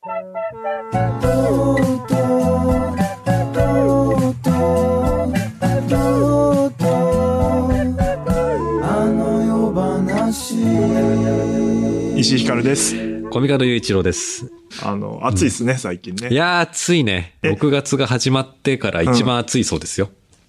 石井ひかるです。 コミカド雄一郎です。 暑いですね、最近ね。 いやー、暑いね。6月が始まってから一番暑いそうですよ。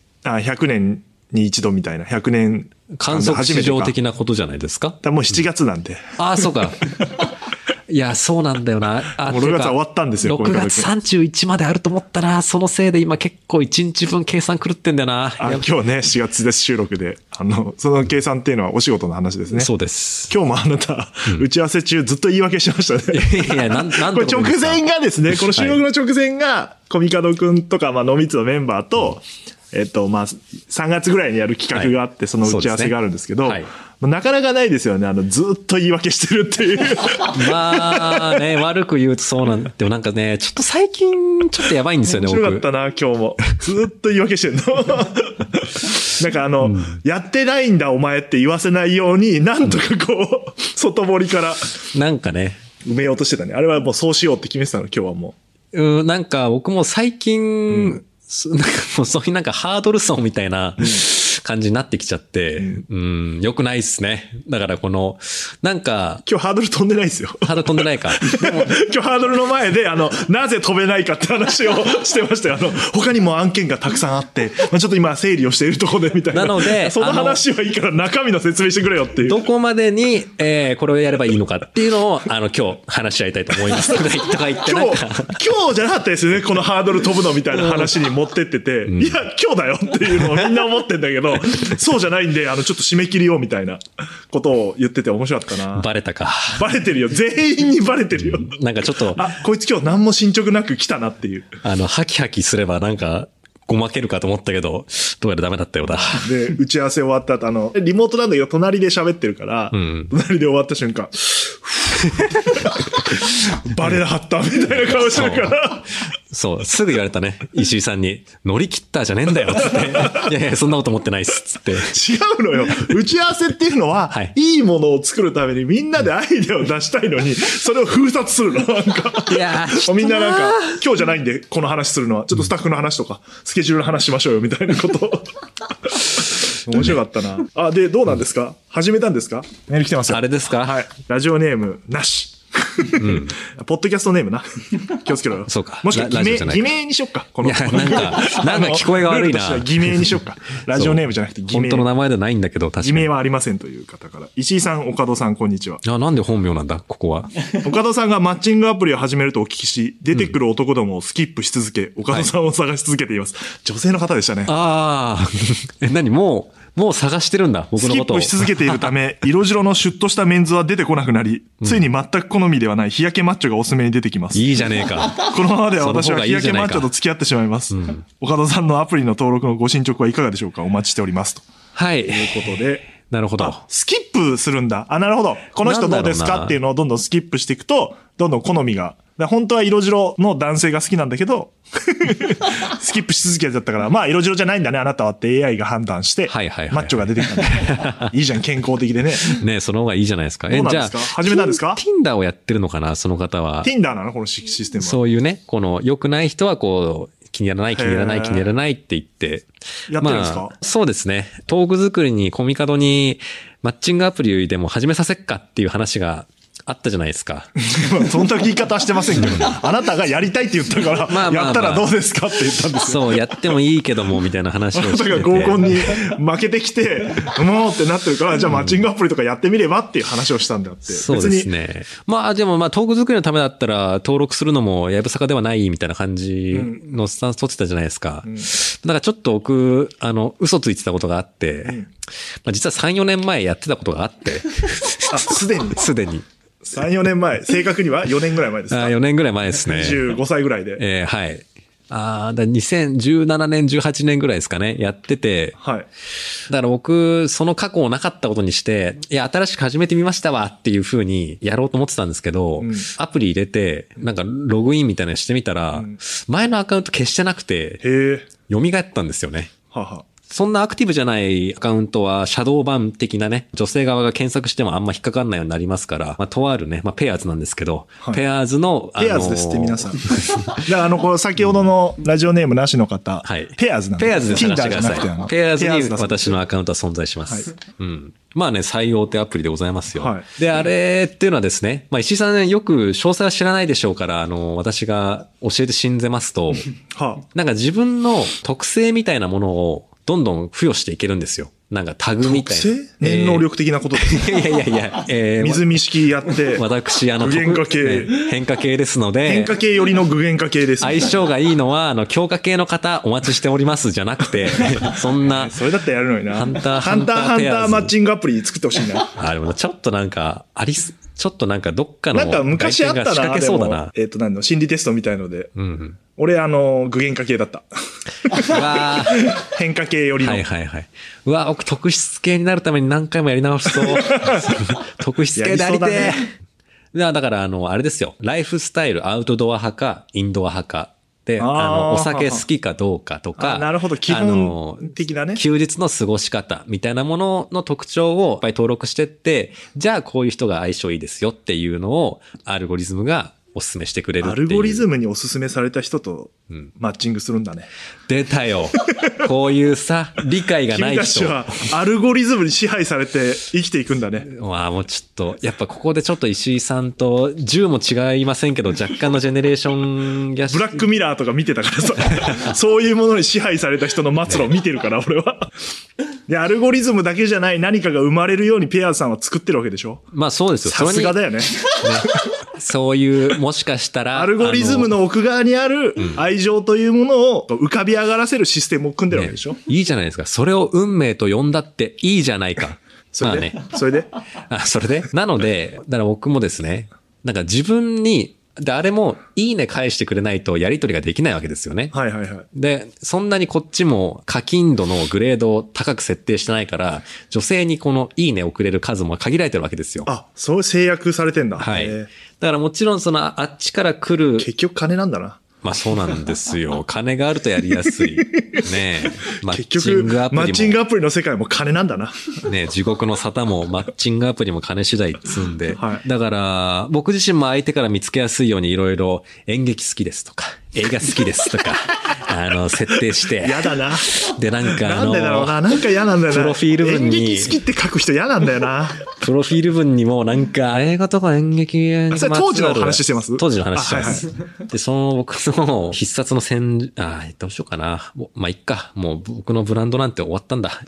100年に一度みたたいな、100年観測史上的なことじゃないですか。 もう7月なんで。 そうか。いや、そうなんだよな。 もう6月終わったんですよ。 6月31まであると思ったな。そのせいで今結構1日分計算狂ってんだよな。 今日ね、4月です、収録で。その計算っていうのはお仕事の話ですね。 そうです。 今日もあなた、打ち合わせ中ずっと言い訳しましたね。 いや、なんこれ直前がですね、この収録の直前が、コミカドくんとか、ノミツのメンバーと、3月ぐらいにやる企画があって、その打ち合わせがあるんですけど、なかなかないですよね。ずっと言い訳してるっていう。 まあね、悪く言うとそうなんでもなんかね、ちょっと最近ちょっとやばいんですよね、 面白かったな、今日も。ずっと言い訳してるの。なんかやってないんだお前って言わせないように、なんとかこう、外堀から。 なんかね。 埋めようとしてたね。あれはもうそうしようって決めてたの、今日はもう。なんか僕も最近、なんかもうそういうなんかハードル走みたいな感じになってきちゃって、良くないっすね。だからなんか。 今日ハードル飛んでないですよ。 ハードル飛んでないか。 今日ハードルの前で、なぜ飛べないかって話をしてましたよ。他にも案件がたくさんあって、ちょっと今整理をしているところでみたいな。 なので、 その話はいいから中身の説明してくれよっていう。 どこまでに、これをやればいいのかっていうのを、今日話し合いたいと思います。とか言って今日じゃなかったですよね。このハードル飛ぶのみたいな話に持ってってて、いや、今日だよっていうのをみんな思ってんだけど、そうじゃないんで、ちょっと締め切りをみたいなことを言ってて面白かったな。 バレたか。 バレてるよ。全員にバレてるよ。 なんかちょっと。 こいつ今日何も進捗なく来たなっていう。 ハキハキすればなんか、ごまけるかと思ったけど、どうやらダメだったようだ。 で、打ち合わせ終わった後、リモートなんだけど、隣で喋ってるから、隣で終わった瞬間、バレなかったみたいな顔してるから。 そう、すぐ言われたね。石井さんに、乗り切ったじゃねえんだよ、つって。いや、そんなこと思ってないっす、つって。 違うのよ。打ち合わせっていうのは、いいものを作るためにみんなでアイデアを出したいのに、それを封殺するの。なんか。 いやみんななんか、今日じゃないんで、この話するのは、ちょっとスタッフの話とか、スケジュールの話しましょうよ、みたいなことを。面白かったな。で、どうなんですか？始めたんですか？メール来てますよ。 あれですか？ はい。ラジオネーム、なし。ポッドキャストネームな。気をつけろよ。 そうか。 もしくは偽名にしよっか。 いや、なんか聞こえが悪いな。 偽名にしよっか。ラジオネームじゃなくて偽名。 本当の名前ではないんだけど、確かに。 偽名はありませんという方から。石井さん、岡戸さん、こんにちは。 なんで本名なんだ、ここは。 岡戸さんがマッチングアプリを始めるとお聞きし、出てくる男どもをスキップし続け、岡戸さんを探し続けています。女性の方でしたね。 何もう探してるんだ、僕のことを。 スキップし続けているため、色白のシュッとしたメンズは出てこなくなり、ついに全く好みではない日焼けマッチョがおすすめに出てきます。 いいじゃねえか。 このままでは私は日焼けマッチョと付き合ってしまいます。岡田さんのアプリの登録のご進捗はいかがでしょうか？お待ちしておりますと。 はい。 ということで。 なるほど。 スキップするんだ。なるほど。この人どうですかっていうのをどんどんスキップしていくと、どんどん好みが。本当は色白の男性が好きなんだけど、スキップし続けてたから、色白じゃないんだね、あなたはって AI が判断して、マッチョが出てきたんだ。いいじゃん、健康的でね。 ね、その方がいいじゃないですか。 どうなんですか？始めたんですか？ Tinder をやってるのかな、その方は。 Tinder なのこのシステムは。 そういうね、良くない人は気に入らないって言って。 やってるんですか？ そうですね。トーク作りにコミカドにマッチングアプリでも始めさせっかっていう話があったじゃないですか。 そんな言い方はしてませんけど、あなたがやりたいって言ったから、やったらどうですかって言ったんですよ。 そう、やってもいいけども、みたいな話をしてて。 あなたが合コンに負けてきて、もうってなってるから、じゃあマッチングアプリとかやってみればっていう話をしたんだって。 そうですね。でもトーク作りのためだったら登録するのもやぶさかではないみたいな感じのスタンス取ってたじゃないですか。だからちょっと僕、嘘ついてたことがあって、実は3、4年前やってたことがあって。 すでに。3、4年前。正確には4年ぐらい前ですか ？4年ぐらい前ですね。 25歳ぐらいで。 はい。2017年、18年ぐらいですかね。やってて。 はい。 だから僕、その過去をなかったことにして、新しく始めてみましたわっていう風にやろうと思ってたんですけど、アプリ入れて、なんかログインみたいなのしてみたら、前のアカウント消してなくて、蘇ったんですよね。 そんなアクティブじゃないアカウントは、シャドーバン的なね、女性側が検索してもあんま引っかかんないようになりますから、まあ、とあるね、まあ、ペアーズなんですけど、 はいペアーズの、 ペアーズですって皆さん。だからこの先ほどのラジオネームなしの方、 はい。 ペアーズなんで。 ペアーズで探してくださ Tinder じゃなくい。 てペアーズにだそうです私のアカウントは存在します。 はいうん。まあね、最大手アプリでございますよ。 はいで、あれっていうのはですね、まあ石井さんね、よく詳細は知らないでしょうから、私が教えて信ぜますと、 はなんか自分の特性みたいなものをどんどん付与していけるんですよ。なんかタグみたいな。 特性念能力的なことですかいやいやいや、 水見式やって、 私、 具現化系ね変化系ですので、 変化系よりの具現化系です。 相性がいいのは、強化系の方お待ちしておりますじゃなくて、そんな、 それだったらやるのにな。 ハンターハンターペアーズマッチングアプリ作ってほしいな。 あ、でもちょっとなんか、ちょっっとなんかどっかのなんか昔あったな、 外見が仕掛けそうだな。 何の心理テストみたいので。 うん。 俺、具現化系だった。 うわー変化系よりの。 はいはいはい。うわ、僕特質系になるために何回もやり直しそう。特質系でありてやりえ。だからあれですよ。ライフスタイル、アウトドア派か、インドア派か。で、 あーお酒好きかどうかとか。 なるほど。基本的なね。 休日の過ごし方みたいなものの特徴をいっぱい登録してって、じゃあこういう人が相性いいですよっていうのをアルゴリズムがお勧めしてくれるっていう。 アルゴリズムにおすすめされた人とうんマッチングするんだね。 出たよ。こういうさ、理解がない人。 君たちはアルゴリズムに支配されて生きていくんだね。 まあもうちょっと、やっぱここでちょっと石井さんと10も違いませんけど、若干のジェネレーションギャブラックミラーとか見てたからさ、そういうものに支配された人の末路を見てるから、俺は。で、アルゴリズムだけじゃない何かが生まれるようにペアーズさんは作ってるわけでしょ。 まあそうですよ。 さすがだよね。 そういう、もしかしたら。 アルゴリズムの奥側にある愛情というものを浮かび上がらせるシステムを組んでるわけでしょ。 ね、いいじゃないですか。それを運命と呼んだっていいじゃないか。 それで、 まあね。 それでそれでなので、だから僕もですね、なんか自分に、誰もいいね返してくれないとやり取りができないわけですよね。 はいはいはい。 で、そんなにこっちも課金度のグレードを高く設定してないから、女性にこのいいね送れる数も限られてるわけですよ。 あ、そう制約されてんだ。 はい。 へーだからもちろんあっちから来る。 結局金なんだな。 まあそうなんですよ。金があるとやりやすい。ねえ。マッ結チン局、 グアプリも。 マッチングアプリの世界も金なんだな。 ねえ、地獄の沙汰もマッチングアプリも金次第っつんで。 はいだから、僕自身も相手から見つけやすいようにいろいろ演劇好きですとか、映画好きですとか、設定して。 嫌だな。 で、なんかなんでだろうな。なんか嫌なんだよな。 プロフィール文に演劇好きって書く人嫌なんだよな。 プロフィール文にもなんか映画とか演劇にそれ当時の話してます当時の話してまあす。で、その僕の必殺のどうしようかな。まあ、いっか。もう僕のブランドなんて終わったんだ。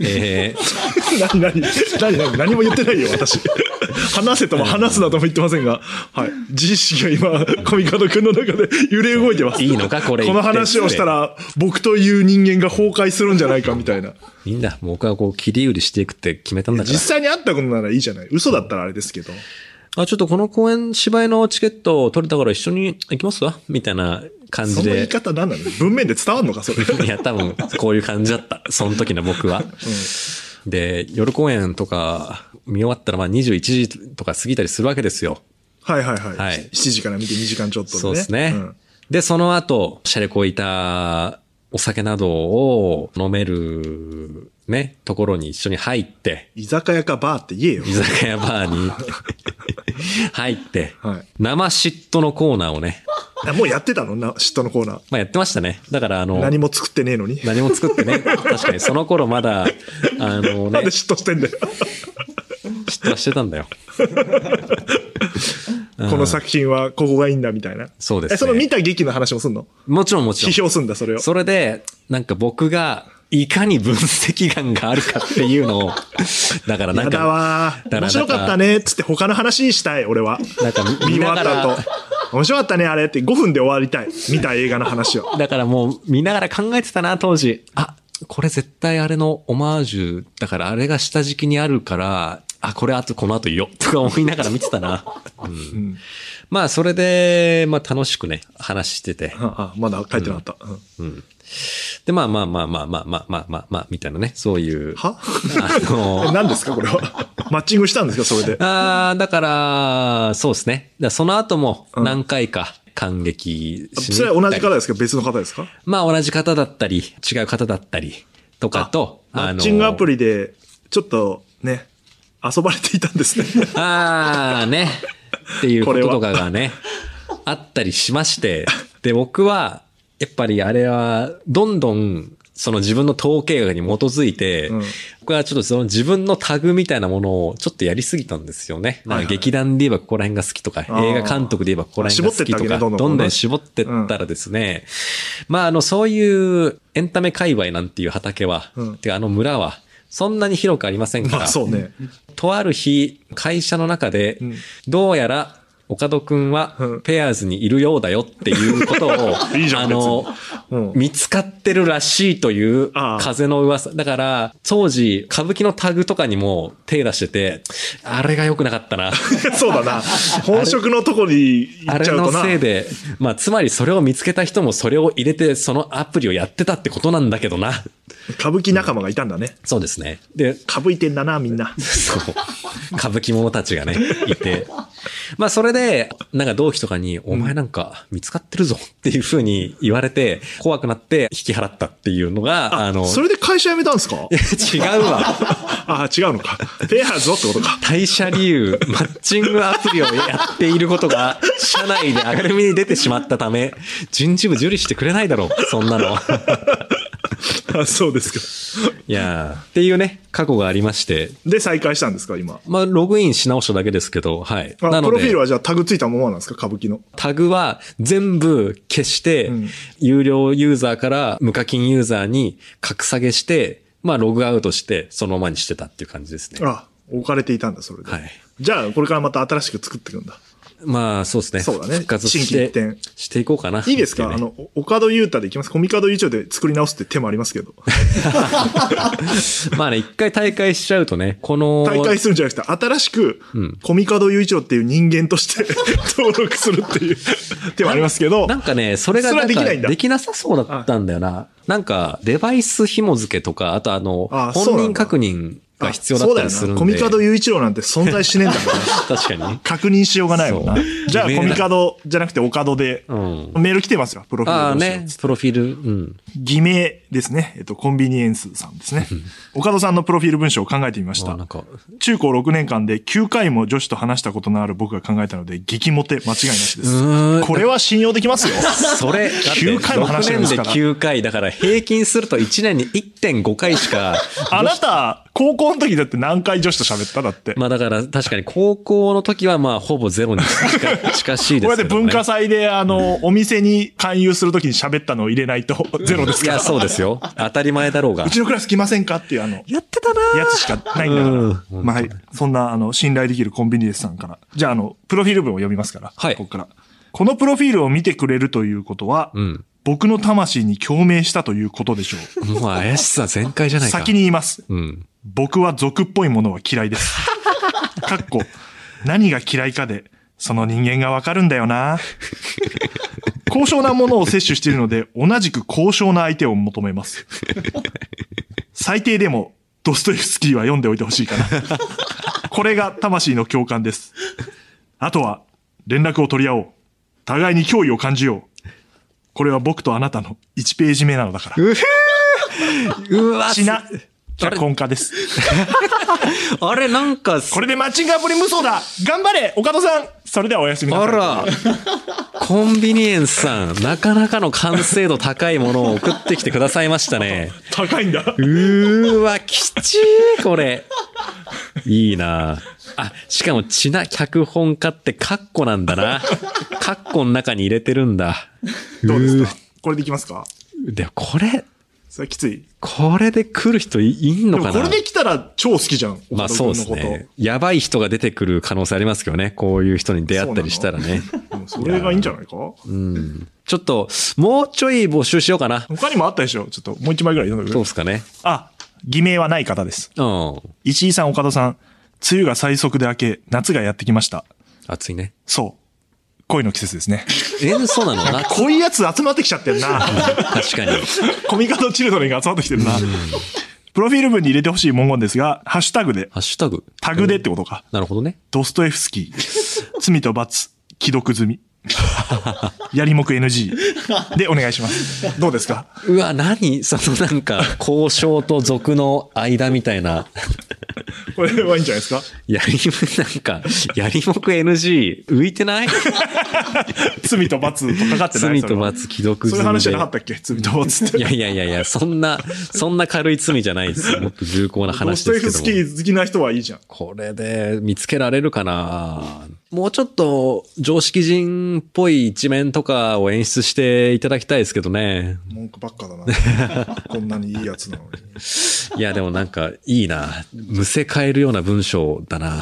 何も言ってないよ、私。話せとも話すなとも言ってませんが、はい。自意識が今、コミカド君の中で揺れ動いてます。 いいのかこれこの話をしたら、僕という人間が崩壊するんじゃないかみたいな。 いいんだ。僕はこう、切り売りしていくって決めたんだから。 実際に会ったことならいいじゃない。嘘だったらあれですけど。 ちょっとこの公演芝居のチケットを取れたから一緒に行きますわみたいな感じで。 その言い方何なの？文面で伝わんのかそれ。 いや、多分、こういう感じだった。その時の僕は。で、夜公演とか見終わったら21時とか過ぎたりするわけですよ。 はいはいはい。 はい 7時から見て2時間ちょっとでね。 そうですね。 んで、その後、シャレこいたお酒などを飲める、ね、ところに一緒に入って、 居酒屋かバーって言えよ。 居酒屋バーに入って、 はい生嫉妬のコーナーをね、 もうやってたの嫉妬のコーナー。 まあやってましたね。だから何も作ってねえのに。 何も作ってね。確かにその頃まだ、 なんで嫉妬してんだよ。 嫉妬はしてたんだよ。 この作品はここがいいんだみたいな。 そうですね。 その見た劇の話もすんの？ もちろんもちろん。 批評すんだ、それを。 それで、なんか僕が、いかに分析眼があるかっていうのを、だからなんやだか、 わー。面白かったね、つって他の話にしたい、俺は。 なんか見終わった後。面白かったね、あれって5分で終わりたい。見た映画の話を。 だからもう見ながら考えてたな、当時。これ絶対あれのオマージュ、だからあれが下敷きにあるから、これこの後言おうとか思いながら見てたな。まあ、それで、まあ楽しくね、話してて。 まだ書いてなかった。 で、まあ、みたいなね、そういう。 は何ですか、これは。マッチングしたんですか、それで。 だから、そうですね。その後も何回か感激しに行ったりそれは同じ方ですか、別の方ですか？ まあ同じ方だったり、違う方だったり。 とかと、 マッチングアプリで、ちょっとね、遊ばれていたんですね。 ね。っていうこととかがね、あったりしまして。で、僕は、やっぱりあれは、どんどん、その自分の統計学に基づいて、僕はちょっとその自分のタグみたいなものをちょっとやりすぎたんですよね。なんか劇団で言えばここら辺が好きとか、映画監督で言えばここら辺が好きとか、どんどん絞ってったらですね、そういうエンタメ界隈なんていう畑は、てか村は、そんなに広くありませんから、 そうね。 とある日、会社の中で、どうやら、岡戸くんはペアーズにいるようだよっていうことを、見つかってるらしいという風の噂。だから、当時、歌舞伎のタグとかにも手出してて、あれが良くなかったな。 そうだな。本職のとこに行っちゃうとな。 あれのせいで、つまりそれを見つけた人もそれを入れて、そのアプリをやってたってことなんだけどな。 歌舞伎仲間がいたんだね。 そうですね。で、 歌舞いてんだな、みんな。 そう。歌舞伎者たちがね、いて。それで、なんか同期とかに、お前なんか見つかってるぞっていう風に言われて、怖くなって引き払ったっていうのが、 それで会社辞めたんですか？ 違うわ。 違うのか。ペアーズってことか。 退社理由、マッチングアプリをやっていることが、社内で明るみに出てしまったため、人事部受理してくれないだろう、そんなの。 そうですか。 いやっていうね、過去がありまして。 で、再開したんですか、今。 ログインし直しただけですけど、はい。 なので、プロフィールはじゃあタグついたままなんですか、歌舞伎の。 タグは全部消して、有料ユーザーから無課金ユーザーに格下げして、ログアウトして、そのままにしてたっていう感じですね。 置かれていたんだ、それで。 はい。 じゃあ、これからまた新しく作っていくんだ。 そうですね。 そうだね。 復活していこうかな。 いいですか？岡戸優太でいきます。コミカド優勝で作り直すって手もありますけど。 一回大会しちゃうとね、 大会するんじゃなくて、新しく、コミカド優勝っていう人間として登録するっていう手もありますけど。 なんかね、それがなんかできなさそうだったんだよな。なんか、デバイス紐付けとか、あと本人確認が必要だったりするんで。 コミカド雄一郎なんて存在しねえんだから。 確かに。 確認しようがないもんな。じゃあ、コミカドじゃなくてオカドで、メール来てますよ、プロフィール。 ね、プロフィール。 偽名ですね。コンビニエンスさんですね。オカドさんのプロフィール文章を考えてみました。中高6年間で9回も女子と話したことのある僕が考えたので、激モテ間違いなしです。これは信用できますよ。 それ、 9回も話してるんですから。 6年で9回、だから平均すると1年に 1.5 回しか。 あなた、高校の時だって何回女子と喋っただって。 だから確かに高校の時はほぼゼロに近しいですけどね。 これで文化祭でお店に勧誘する時に喋ったのを入れないとゼロですから。 いや、そうですよ。当たり前だろうが。 うちのクラス来ませんかっていうやってたなやつしかないんだから。そんな信頼できるコンビニエンスさんから。じゃあプロフィール文を読みますから。 はい。 ここから。このプロフィールを見てくれるということは、僕の魂に共鳴したということでしょう。 もう怪しさ全開じゃないか。 先に言います。僕は俗っぽいものは嫌いです。何が嫌いかで、その人間がわかるんだよな。高尚なものを摂取しているので、同じく高尚な相手を求めます。最低でも、ドストエフスキーは読んでおいてほしいかな。これが魂の共感です。あとは、連絡を取り合おう。互いに脅威を感じよう。これは僕とあなたの1ページ目なのだから。 うわ、 ちな。脚本家です。 あれ、なんか、 これでマッチングアプリ無双だ。頑張れ岡戸さん。それではおやすみなさい。 あら、コンビニエンスさん、なかなかの完成度高いものを送ってきてくださいましたね。 高いんだ。 わ、きちー、これ。いいなしかも、ちな脚本家ってカッコなんだな。カッコの中に入れてるんだ。 どうですか？これでいきますか？ でも、これ、 それきつい。 これで来る人いんのかな？ でもこれで来たら超好きじゃん。 そうですね。やばい人が出てくる可能性ありますけどね。こういう人に出会ったりしたらね。 それがいいんじゃないか？ ちょっと、もうちょい募集しようかな。 他にもあったでしょ？ちょっともう一枚ぐらい読んでくれ。 そうですかね。 偽名はない方です。石井さん、岡田さん、梅雨が最速で明け、夏がやってきました。 暑いね。 そう。恋の季節ですね。 そうなの？ こういうやつ集まってきちゃってるな。 確かに。 コミカドチルドレンが集まってきてるな。プロフィール文に入れてほしい文言ですが、ハッシュタグで。 ハッシュタグ？ タグでってことか。 なるほどね。 ドストエフスキー。罪と罰、既読済み。やりもく NG。 でお願いします。どうですか？ うわ、何そのなんか、交渉と俗の間みたいな。 これはいいんじゃないですか？ なんか、やりもく NG 浮いてない罪と罰とかかってない？ 罪と罰既読済みで。 そういう話じゃなかったっけ？罪と罰って。 いや、そんな軽い罪じゃないですよ。もっと重厚な話ですけども。 ドストエフスキー好きな人はいいじゃん。 これで見つけられるかな？もうちょっと常識人っぽい一面とかを演出していただきたいですけどね。 文句ばっかだな。こんなにいいやつなのに。 いや、でもなんかいいな。むせ返るような文章だな。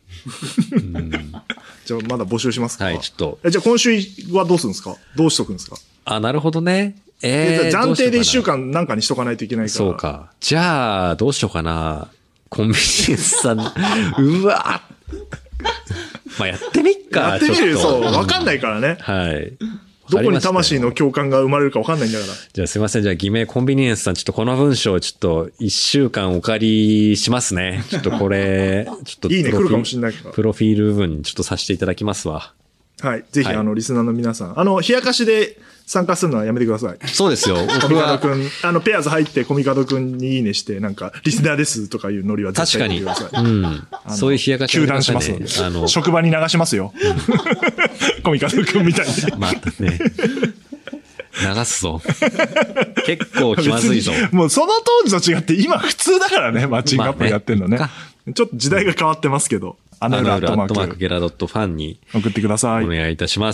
じゃあまだ募集しますか？ はい、ちょっと。 じゃあ今週はどうするんですか？どうしとくんですか？ あ、なるほどね。 暫定で1週間なんかにしとかないといけないから。 そうか。じゃあ、どうしようかな。コンビニエンスさん、うわまあやってみっか。 やってみるよ、そう。わかんないからね。 はい。 どこに魂の共感が生まれるかわかんないんだから。 じゃあすいません。じゃあ偽名コンビニエンスさん、ちょっとこの文章をちょっと1週間お借りしますね。ちょっとこれ、ちょっといいね、来るかもしれないけど。 プロフィール部分にちょっとさせていただきますわ。 はい。ぜひ、リスナーの皆さん。冷やかしで参加するのはやめてください。 そうですよ。 コミカドくん、ペアーズ入ってコミカドくんにいいねして、なんか、リスナーですとかいうノリは絶対やめてください。 確かに。うん。そういう冷やかし糾弾しますので。職場に流しますよ。コミカドくんみたいに。 またね。流すぞ。結構気まずいぞ。 もうその当時と違って今普通だからね、マッチングアプリやってんのね。ちょっと時代が変わってますけど。 アナウルアットマークゲラドットファンに送ってください。 お願いいたします。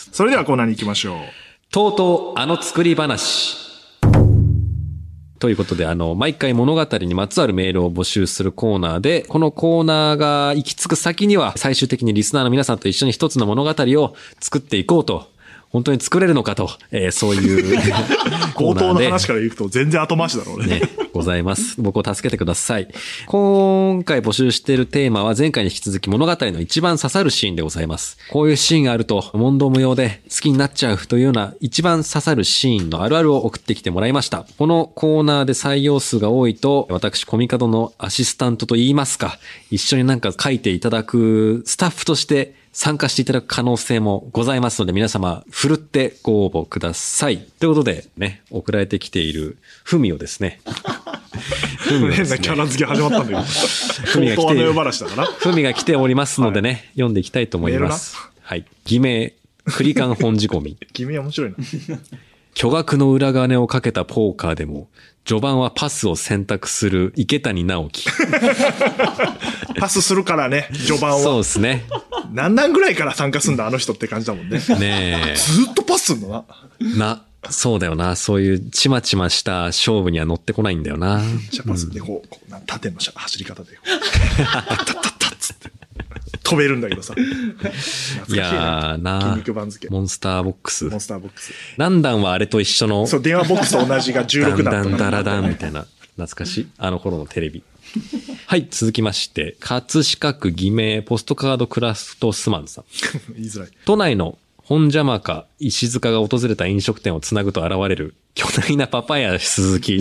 それではコーナーに行きましょう。 とうとうあの作り話。ということで、毎回物語にまつわるメールを募集するコーナーで、このコーナーが行き着く先には、最終的にリスナーの皆さんと一緒に一つの物語を作っていこうと。本当に作れるのかと、そういう冒頭の話から言うと全然後回しだろうね。 ございます。僕を助けてください。今回募集しているテーマは前回に引き続き物語の一番刺さるシーンでございます。こういうシーンがあると問答無用で好きになっちゃうというような一番刺さるシーンのあるあるを送ってきてもらいました。このコーナーで採用数が多いと私コミカドのアシスタントと言いますか、一緒になんか書いていただくスタッフとして参加していただく可能性もございますので、皆様、ふるってご応募ください。ということで、ね、送られてきている、ふみをですね。 変なキャラ付け始まったんだけど。ふみが来て、 ふみが来ておりますのでね、はい、読んでいきたいと思います。はい。偽名、クリカン本仕込み。 偽名面白いな。 巨額の裏金をかけたポーカーでも、序盤はパスを選択する池谷直樹。 パスするからね、序盤は。 そうですね。 何段ぐらいから参加すんだ、あの人って感じだもんね。 ねえ。 ずっとパスすんのな。そうだよな。そういうちまちました勝負には乗ってこないんだよな。 じゃパスでこう縦の走り方で。タッタッタッつって。飛べるんだけどさ。 いやーな。 筋肉番付。 モンスターボックス。 モンスターボックス。 何段はあれと一緒の。 そう、電話ボックスと同じが16段とか。 ダンダンダラダンみたいな。懐かしい。あの頃のテレビ。はい、続きまして、葛飾区偽名ポストカードクラフトスマンさん。 言いづらい。 都内の本邪魔か石塚が訪れた飲食店をつなぐと現れる巨大なパパヤ鈴木。いい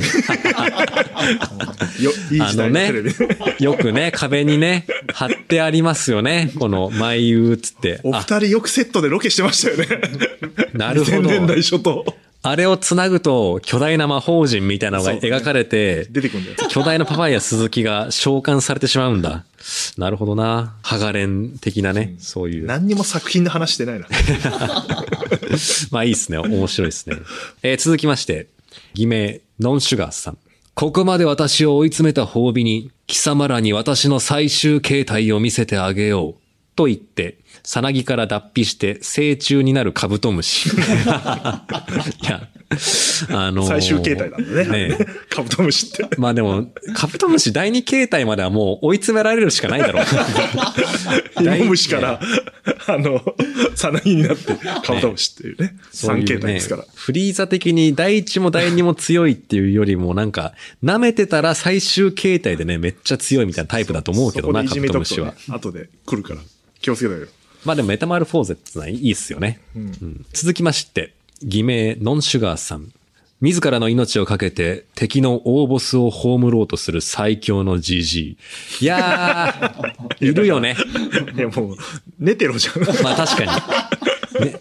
時代のテレビ。 よくね、壁にね、貼ってありますよね。この、毎夕つって。 お二人よくセットでロケしてましたよね。 なるほど。 2000年代初頭。 あれをつなぐと、巨大な魔法陣みたいなのが描かれて、 出てくるんだよ。 巨大なパパイヤ鈴木が召喚されてしまうんだ。なるほどな。ハガレン的なね、そういう。 何にも作品の話してないな。 まあいいですね。面白いですね。続きまして、偽名、ノンシュガーさん。ここまで私を追い詰めた褒美に、貴様らに私の最終形態を見せてあげよう。と言って、さなぎから脱皮して成虫になるカブトムシ。いや、 最終形態なんだね。カブトムシって。 まあでも、カブトムシ第2形態まではもう追い詰められるしかないだろう。 芋虫から、さなぎになってカブトムシっていうね。3形態ですから。 フリーザ的に第1も第2も強いっていうよりもなんか、舐めてたら最終形態でね、めっちゃ強いみたいなタイプだと思うけどな、カブトムシは。 後で来るから。気をつけてよ。 まあでもメタマルフォーゼってのはいいっすよね。続きまして、偽名ノンシュガーさん。自らの命をかけて敵の大ボスを葬ろうとする最強のジジイ。いやー、いるよね。 いやもう、寝てろじゃん。 まあ確かに。ね、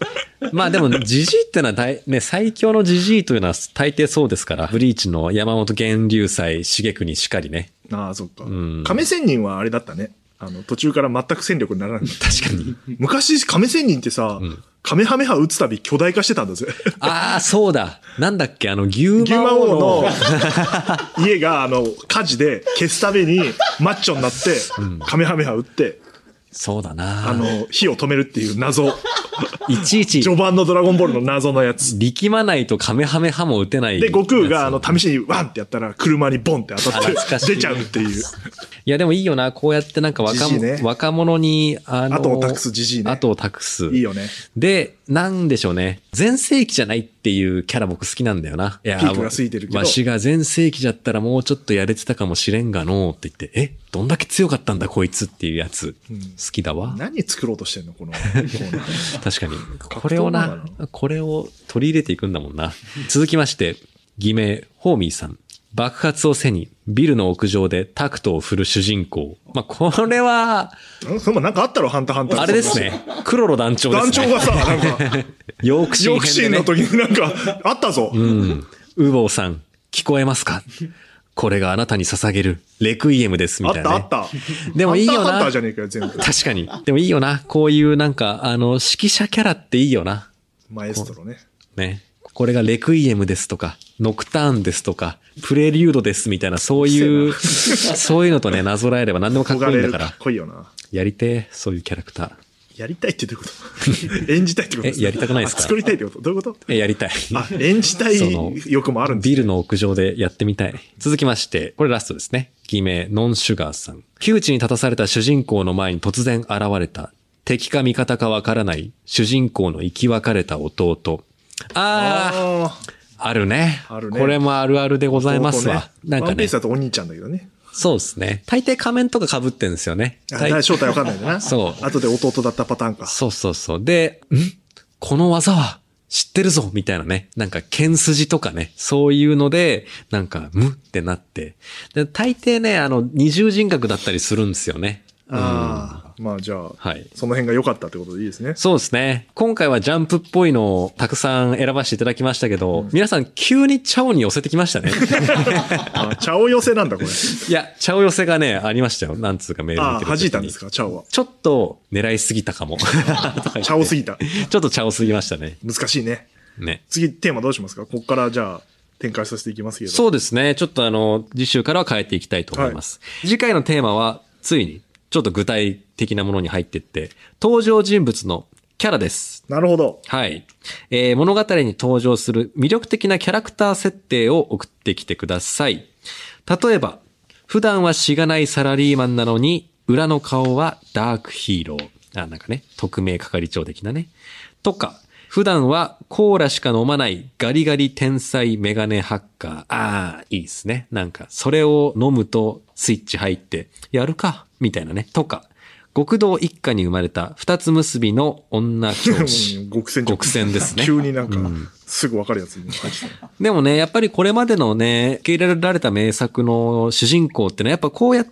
まあでも、ジジイってのはね、最強のジジイというのは大抵そうですから、ブリーチの山本源流祭、重国しかりね。 ああ、そっか。亀仙人はあれだったね。途中から全く戦力にならなかった。 確かに。 昔、亀仙人ってさ、カメハメハ撃つたび巨大化してたんだぜ。 ああ、そうだ。なんだっけ、牛魔王の家が、火事で消すたびに、マッチョになって、カメハメハ撃って、 そうだな。 火を止めるっていう謎。 いちいち。 序盤のドラゴンボールの謎のやつ。 力まないとカメハメハも撃てない。 で、悟空が試しにワンってやったら、車にボンって当たって出ちゃうっていう。いや、でもいいよな。こうやってなんか若者に、 後を託すジジイね。 後を託す。 いいよね。 で、なんでしょうね。全盛期じゃないっていうキャラ僕好きなんだよな。 いや、ピークがついてるけど。 わしが全盛期だったらもうちょっとやれてたかもしれんがのって言って、どんだけ強かったんだこいつっていうやつ。好きだわ。 何作ろうとしてんのこのコーナー。 確かに。これを取り入れていくんだもんな。続きまして、偽名、ホーミーさん。爆発を背に、ビルの屋上でタクトを振る主人公。まあ、これは、 そんななんかあったろ、ハンターハンター。 あれですね。クロロ団長ですね。 団長がさ、なんか、 ヨークシーの時になんか、あったぞ。 ウーボーさん、聞こえますか？これがあなたに捧げるレクイエムですみたいな、ね。 あった。 でもいいよな。 ハンターハンターじゃねえかよ、全部。 確かに。でもいいよな。こういうなんか、指揮者キャラっていいよな。 マエストロね。 ね。これがレクイエムですとか、ノクターンですとか、プレリュードですみたいな、そういうのとね、なぞらえれば何でもかっこいいんだから。 かっこいいよな。 やりてそういうキャラクター。 やりたいってどういうこと演じたいってことですか？ やりたくないですか？ 作りたいってことどういうことやりたい。 演じたい欲もあるんですビルの屋上でやってみたい。続きまして、これラストですね。偽名、ノンシュガーさん。窮地に立たされた主人公の前に突然現れた。敵か味方かわからない主人公の生き別れた弟。あるね。これもあるあるでございますわ。なんかね。 ワンピースだとお兄ちゃんだけどね。 そうですね。大抵仮面とか被ってんですよね。 正体わかんないんだな。 そう。 後で弟だったパターンか。 そう。で、この技は知ってるぞみたいなね。なんか剣筋とかね。そういうので、なんか、ってなって。で、大抵ね、二重人格だったりするんですよね。 まあじゃあ、 はい、 その辺が良かったってことでいいですね。 そうですね。今回はジャンプっぽいのをたくさん選ばせていただきましたけど、皆さん急にチャオに寄せてきましたね。 チャオ寄せなんだこれ。 いや、チャオ寄せがね、ありましたよ。なんつうかメール見てる時に。 弾いたんですか、チャオは。 ちょっと狙いすぎたかも。チャオすぎた。 ちょっとチャオすぎましたね。 難しいね。次テーマどうしますか？ここからじゃあ、展開させていきますけど。 そうですね。ちょっと次週からは変えていきたいと思います。次回のテーマは、ついに、ちょっと具体的なものに入っていって、登場人物のキャラです。 なるほど。 はい。物語に登場する魅力的なキャラクター設定を送ってきてください。例えば、普段はしがないサラリーマンなのに、裏の顔はダークヒーロー。なんかね、特命係長的なね。とか、普段はコーラしか飲まないガリガリ天才メガネハッカー。いいですね。なんか、それを飲むとスイッチ入って、やるかみたいなね。とか、極道一家に生まれた二つ結びの女教師。 極戦ですね。 急になんか、すぐわかるやつにでもね、やっぱりこれまでのね、受け入れられた名作の主人公ってね、やっぱこうやって、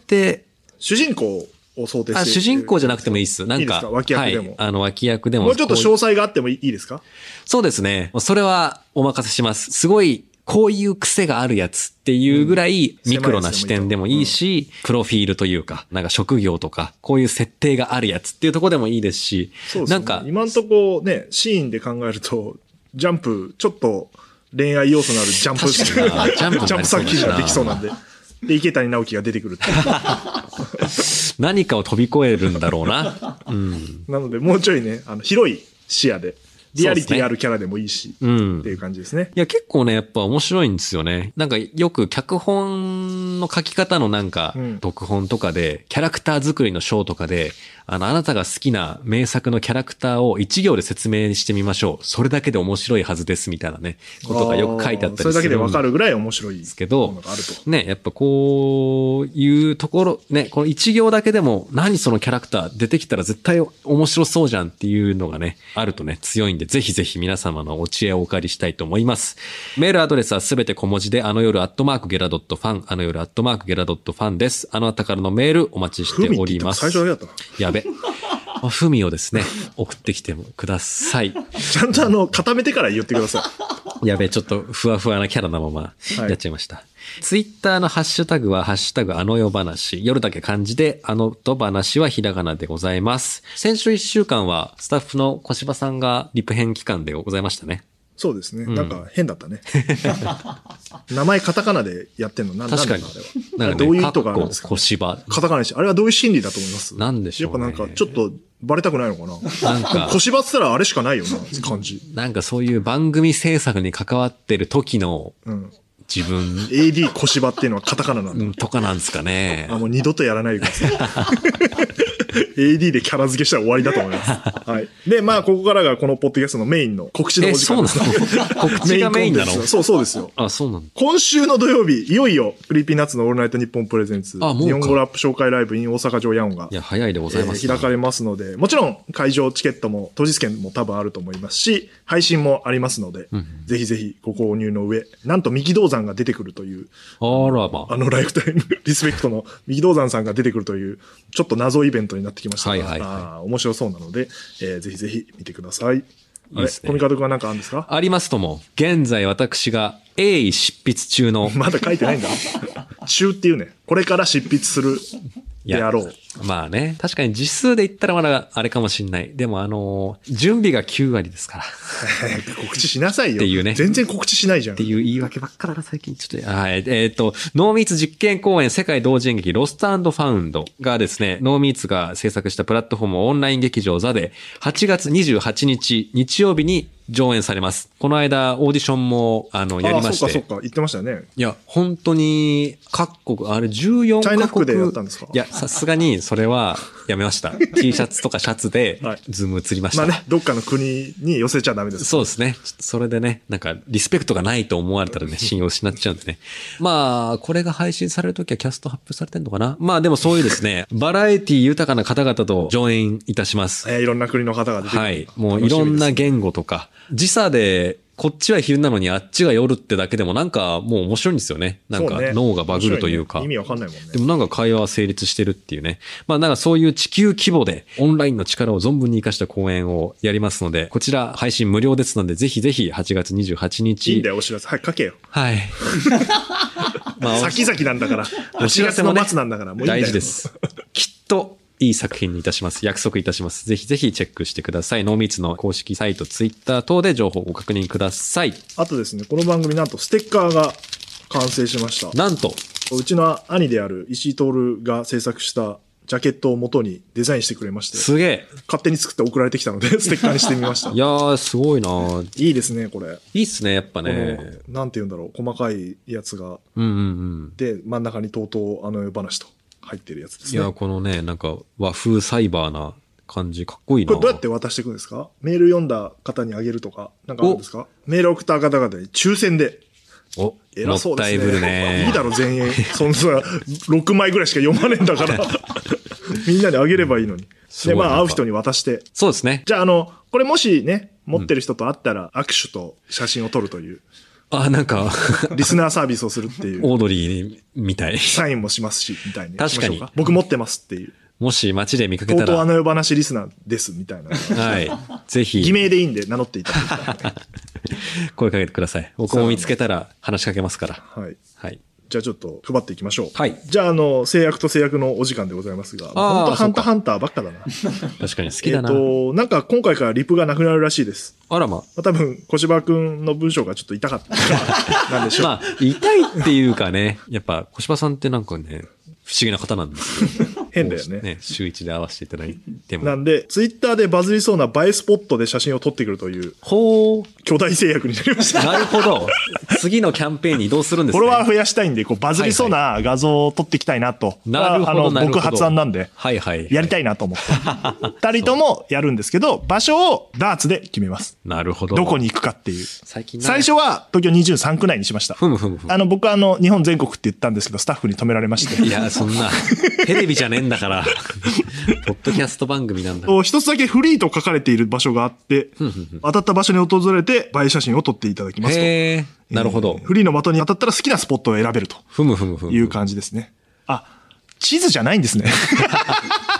主人公を想定して。 主人公じゃなくてもいいっす。なんか。 いいですか？脇役でも。 はい、脇役でも。 もうちょっと詳細があってもいいですか？ そうですね。それはお任せします。すごい、こういう癖があるやつっていうぐらいミクロな視点でもいいし、プロフィールというか、なんか職業とか、こういう設定があるやつっていうところでもいいですし、 そうですね、なんか今んとこね、シーンで考えると、ジャンプ、ちょっと恋愛要素のあるジャンプ作品ができそうなんで。で、池谷直樹が出てくるって何かを飛び越えるんだろうな。 なので、もうちょいね、広い視野で。リアリティあるキャラでもいいし、っていう感じですね。 いや、結構ね、やっぱ面白いんですよね。なんかよく脚本の書き方のなんか、読本とかで、キャラクター作りの章とかで、あなたが好きな名作のキャラクターを一行で説明してみましょう。それだけで面白いはずですみたいなね、ことがよく書いてあったりする。 それだけでわかるぐらい面白いですけど、ね、やっぱこういうところ、ね、この一行だけでも、何そのキャラクター出てきたら絶対面白そうじゃんっていうのがね、あるとね、強いんで、ぜひぜひ皆様のお知恵をお借りしたいと思います。メールアドレスはすべて小文字で、@gera.fan、@gera.fan です。あなたからのメールお待ちしております。 最初だけだった。 やべ。 文をですね、送ってきてください。 ちゃんと固めてから言ってください。 やべえ、ちょっとふわふわなキャラなままやっちゃいました。ツイッターのハッシュタグは、ハッシュタグあの世話。夜だけ漢字で、あのと話はひらがなでございます。先週1週間は、スタッフの小柴さんがリプ編期間でございましたね。 そうですね。なんか変だったね。名前カタカナでやってんの確かに。 なんかどういう意図があるんですか、 小柴。 カタカナにして。あれはどういう心理だと思います？ なんでしょうね。 やっぱなんかちょっとバレたくないのかな。なんか。小柴って言ったらあれしかないよな、感じ。 なんかそういう番組制作に関わってる時の、自分。 AD 小柴っていうのはカタカナなんだ。 とかなんですかね。 もう二度とやらないでください。AD でキャラ付けしたら終わりだと思います。はい。で、まあ、ここからがこのポッドキャストのメインの告知のお時間です。 そうなの？告知がメインなの？ そうですよ。 あ、そうなの？ 今週の土曜日、いよいよ、クリーピーナッツのオールナイトニッポンプレゼンツ、日本語ラップ紹介ライブ in 大阪城ヤオンが、 いや、早いでございます。 開かれますので、もちろん会場チケットも当日券も多分あると思いますし、配信もありますので、ぜひぜひご購入の上、なんと三木道山が出てくるという、 あらまあ。 ライフタイムリスペクトの三木道山さんが出てくるという、ちょっと謎イベントになってきましたが、面白そうなので、ぜひぜひ見てください。いいですね。コミカド君は何かあるんですか？ ありますとも。現在私が鋭意執筆中の。 まだ書いてないんだ。中っていうね。これから執筆するであろう。 まあね。確かに実数で言ったらまだあれかもしんない。でも準備が9割ですから。 告知しなさいよ。 っていうね。 全然告知しないじゃん。 っていう言い訳ばっかだな、最近。ちょっと、はい。ノーミーツ実験公演世界同時演劇ロスト&ファウンドがですね、ノーミーツが制作したプラットフォームオンライン劇場座で8月28日日曜日に上演されます。この間、オーディションも、やりまして。 そうか、言ってましたよね。 いや、本当に、各国、あれ14カ国。 チャイナ服でやったんですか？ いや、さすがに、それは、やめました。T シャツとかシャツで、ズーム映りました。 まあね、どっかの国に寄せちゃダメです。 そうですね。ちょっとそれでね、なんか、リスペクトがないと思われたらね、信用失っちゃうんでね。まあ、これが配信されるときはキャスト発表されてんのかな？まあでもそういうですね、バラエティ豊かな方々と上演いたします。 いろんな国の方が出てくる。 はい。もういろんな言語とか、時差で、こっちは昼なのにあっちが夜ってだけでもなんかもう面白いんですよね。なんか脳がバグるというか。 意味わかんないもんね。 でもなんか会話は成立してるっていうね。まあなんかそういう地球規模でオンラインの力を存分に活かした公演をやりますので、こちら配信無料ですので、ぜひぜひ8月28日。 いいんだよ、お知らせ。はい、書けよ。 はい。 まあ、先々なんだから。お知らせの末なんだから、もういいんだよ。 大事です。きっと、いい作品にいたします。約束いたします。ぜひぜひチェックしてください。ノーミーツの公式サイト、ツイッター等で情報をご確認ください。 あとですね、この番組なんとステッカーが完成しました。 なんとうちの兄である石井徹が制作したジャケットを元にデザインしてくれまして。 すげえ。 勝手に作って送られてきたので、ステッカーにしてみました。 いやー、すごいないいですね、これ。 いいっすね、やっぱね。 なんて言うんだろう、細かいやつが。 で、 真ん中にとうとうあの世話と。入ってるやつですね。 いや、このね、なんか和風サイバーな感じ、かっこいいな。 これどうやって渡していくんですか？メール読んだ方にあげるとか、なんかあるんですか？メール送った方々に抽選で。 お、 偉そうですね。 もったいぶるね。 いいだろ、全員。そんな、6枚ぐらいしか読まねえんだから。みんなにあげればいいのに。で、まあ、会う人に渡して。 そうですね。 じゃあ、これもしね、持ってる人と会ったら、握手と写真を撮るという。 なんかリスナーサービスをするっていう。 オードリーみたい。 サインもしますし、みたいに。 確かに。 僕持ってますっていう。 もし街で見かけたら。 とうとうあの世話リスナーです、みたいな。 はい。ぜひ。 偽名でいいんで名乗っていただいて。 声かけてください。僕も見つけたら話しかけますから。 はい。 はい。 じゃあちょっと配っていきましょう。 はい。 じゃあ制約と制約のお時間でございますが。本当ハンターハンターばっかだな。 確かに好きだな。 なんか今回からリプがなくなるらしいです。 あらま。 多分、小柴くんの文章がちょっと痛かったからなんでしょう。 まあ、痛いっていうかね、やっぱ小柴さんってなんかね、不思議な方なんですよ。 変だよね。 週一で会わせていただいても。 なんで、ツイッターでバズりそうな映えスポットで写真を撮ってくるという、巨大制約になりました。 なるほど。次のキャンペーンに移動するんですね。 フォロワー増やしたいんで、バズりそうな画像を撮っていきたいなと。 なるほど。 僕発案なんで、やりたいなと思って。二人ともやるんですけど、場所をダーツで決めます。 なるほど。 どこに行くかっていう。最初は東京23区内にしました。僕は日本全国って言ったんですけど、スタッフに止められまして。 いや、そんな、テレビじゃねえんだから。ポッドキャスト番組なんだ。 一つだけフリーと書かれている場所があって、当たった場所に訪れて映え写真を撮っていただきますと。 なるほど。 フリーの的に当たったら好きなスポットを選べると。いう感じですね。地図じゃないんですね。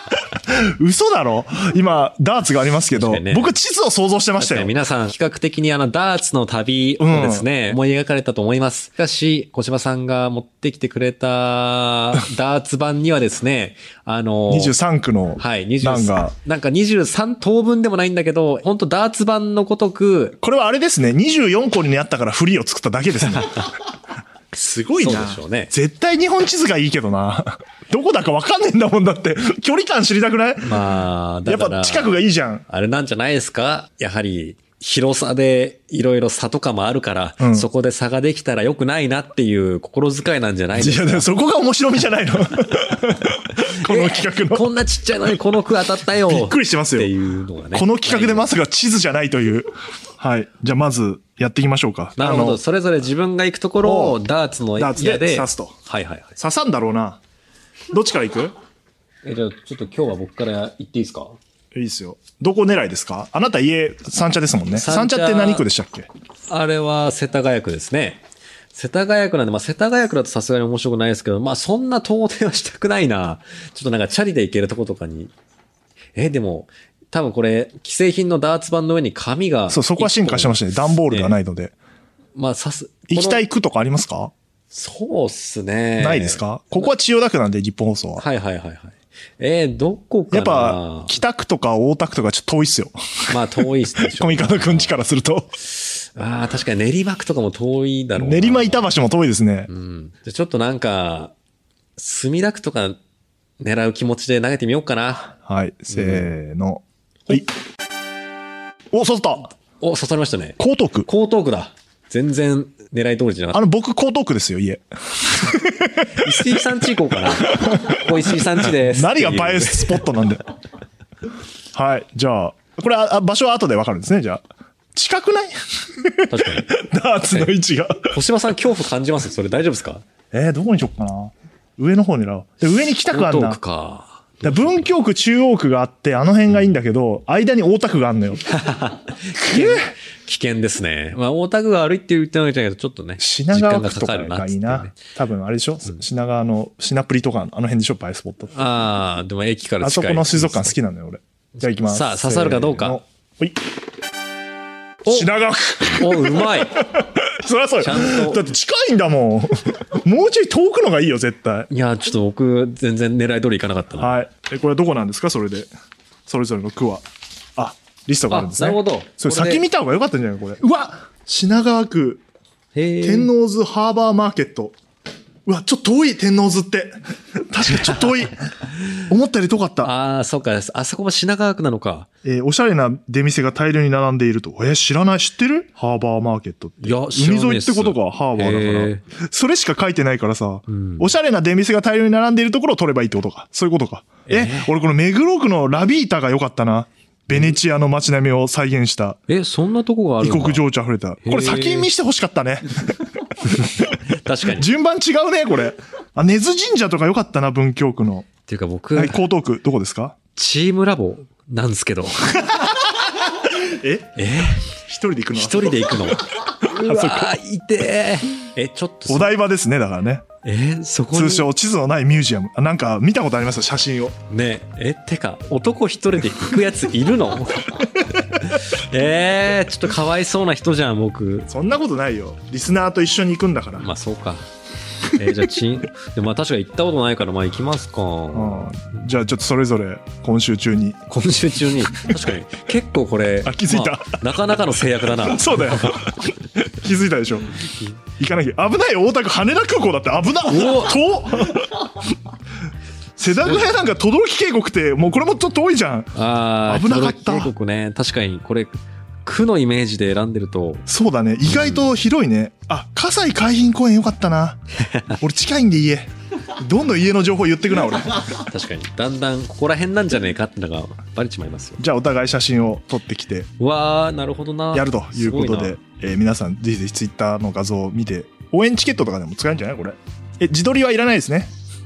嘘だろ今、ダーツがありますけど、 ね、 僕地図を想像してましたよ。 皆さん、比較的にダーツの旅をですね、思い描かれたと思います。しかし、小島さんが持ってきてくれたダーツ版にはですね、 23区の欄が。 なんか23等分でもないんだけど、本当ダーツ版のごとく。 これはあれですね、24個にあったからフリーを作っただけですね。すごいな。 そうでしょうね。 絶対日本地図がいいけどな。どこだかわかんねえんだもんだって。距離感知りたくない？ まあ、だから。 やっぱ近くがいいじゃん。 あれなんじゃないですか？やはり、広さでいろいろ差とかもあるから、そこで差ができたら良くないなっていう心遣いなんじゃないですか？ いや、そこが面白みじゃないの。この企画の。 こんなちっちゃいのにこの句当たったよ。 びっくりしてますよ。 っていうのがね。 この企画でまさか地図じゃないという。はい。じゃあまず、やっていきましょうか。 なるほど。それぞれ自分が行くところをダーツの矢で刺すと。 はいはいはい。 刺さんだろうな。どっちから行く？ じゃあちょっと今日は僕から行っていいですか？ いいですよ。どこ狙いですか？あなた家三茶ですもんね。三茶って何区でしたっけ？ あれは世田谷区ですね。世田谷区なんで、世田谷区だとさすがに面白くないですけど、そんな遠出はしたくないな。ちょっとなんかチャリで行けるとことかに。でも、多分これ、既製品のダーツ板の上に紙が。 そう、そこは進化してましたね。段ボールではないので。 行きたい区とかありますか？ そうっすね。 ないですか？ここは千代田区なんで、日本放送は。 はいはいはいはい。どこかな？ やっぱ、北区とか大田区とかちょっと遠いっすよ。 遠いっすでしょ。 富方くんちからすると。 確かに練馬区とかも遠いだろうな。 練馬板橋も遠いですね。 じゃちょっとなんか、墨田区とか狙う気持ちで投げてみようかな。 はい、せーの。はい。お、刺さった。 刺さりましたね。 江東区。 江東区だ。全然狙い通りじゃなかった。 僕江東区ですよ、家。 石井さんち行こうかな。ここ石井さんちです。 何が映えスポットなんで。はい。じゃあ、これ場所は後でわかるんですね、じゃあ。近くない？ 確かに。 ダーツの位置が。 小島さん恐怖感じます？それ大丈夫ですか？ どこにしよっかな。上の方狙おう。で、上に北区あんな。 江東区か。 文京区、中央区があって、あの辺がいいんだけど、間に大田区があんのよ。 危険ですね。大田区が悪いって言ってないけど、ちょっとね。 品川区とかがいいな。多分あれでしょ？品川の、品プリとか、あの辺でしょ？映えスポット。 でも駅から近い。 あそこの水族館好きなのよ、俺。じゃあ行きます。 さあ、刺さるかどうか。 はい。品川区。 うまい。 そりゃそうよ。だって近いんだもん。もうちょい遠くのがいいよ、絶対。 いや、ちょっと僕、全然狙い通りいかなかったな。 はい。これはどこなんですか？それで。それぞれの区は。リストがあるんですね。 なるほど。 それ先見た方が良かったんじゃないこれ。うわ！品川区。天王洲ハーバーマーケット。うわ、ちょっと遠い、天王洲って。確かにちょっと遠い。思ったより遠かった。 そうか。あそこも品川区なのか。 おしゃれな出店が大量に並んでいると。知らない？知ってる？ハーバーマーケットって。 いや、 海沿いってことか、ハーバーだから。それしか書いてないからさ、おしゃれな出店が大量に並んでいるところを取ればいいってことか。そういうことか。俺この目黒区のラビータが良かったな。ベネチアの街並みを再現した。 そんなとこがあるの？ 異国情緒溢れた。これ先見してほしかったね。 確かに。 順番違うね、これ。根津神社とか良かったな、文京区の。 っていうか僕。 江東区、どこですか？ チームラボなんですけど。 一人で行くの？ 一人で行くの。うわー、いてー。ちょっと。 お台場ですね、だからね。 そこに。 通称地図のないミュージアム。なんか見たことありますよ、写真を。 ねてか、男一人で行くやついるの？ちょっとかわいそうな人じゃん、僕。 そんなことないよ。リスナーと一緒に行くんだから。 そうか。じゃあでも確か行ったことないから行きますか。 じゃあちょっとそれぞれ今週中に。 確かに結構これ気づいた、 なかなかの制約だな。 そうだよ。気づいたでしょ。行かなきゃ危ないよ。大田区羽田空港だって危な。世田谷なんか轟渓谷ってもうこれもちょっと遠いじゃん。危なかった。 渓谷ね、確かにこれ区のイメージで選んでると。 そうだね、意外と広いね。葛西海浜公園よかったな。俺近いんで家。どんどん家の情報言ってくな俺。 確かにだんだんここら辺なんじゃねえかってのがバレちまいますよ。 じゃあお互い写真を撮ってきて。 なるほどな。 やるということで、皆さんぜひぜひツイッターの画像を見て、応援チケットとかでも使えるんじゃないこれ。自撮りはいらないですね。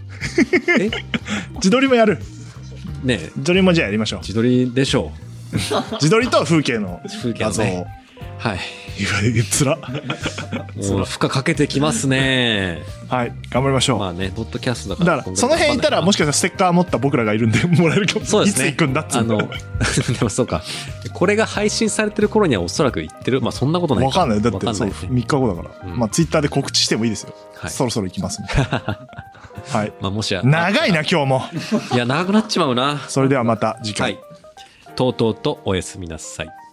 自撮りもやるね。自撮りもじゃあやりましょう。 自撮りでしょう。 自撮りと風景の画像をはい。 つら。 もう負荷かけてきますね。 はい。頑張りましょう。 まあね、ポッドキャストだから。 だから、その辺いたら、もしかしたらステッカー持った僕らがいるんで、もらえるかも。 そうですね。 いつ行くんだっつうの。 でもそうか。これが配信されてる頃にはおそらく行ってる。まあそんなことない。 わかんない。だって、そう、 わかんないね 3日後だから。まあ、ツイッターで告知してもいいですよ。 はいそろそろ行きますね。はい。 まあもしや。 長いな、今日も。 いや、長くなっちまうな。 それではまた次回。 はい。とうとうとおやすみなさい。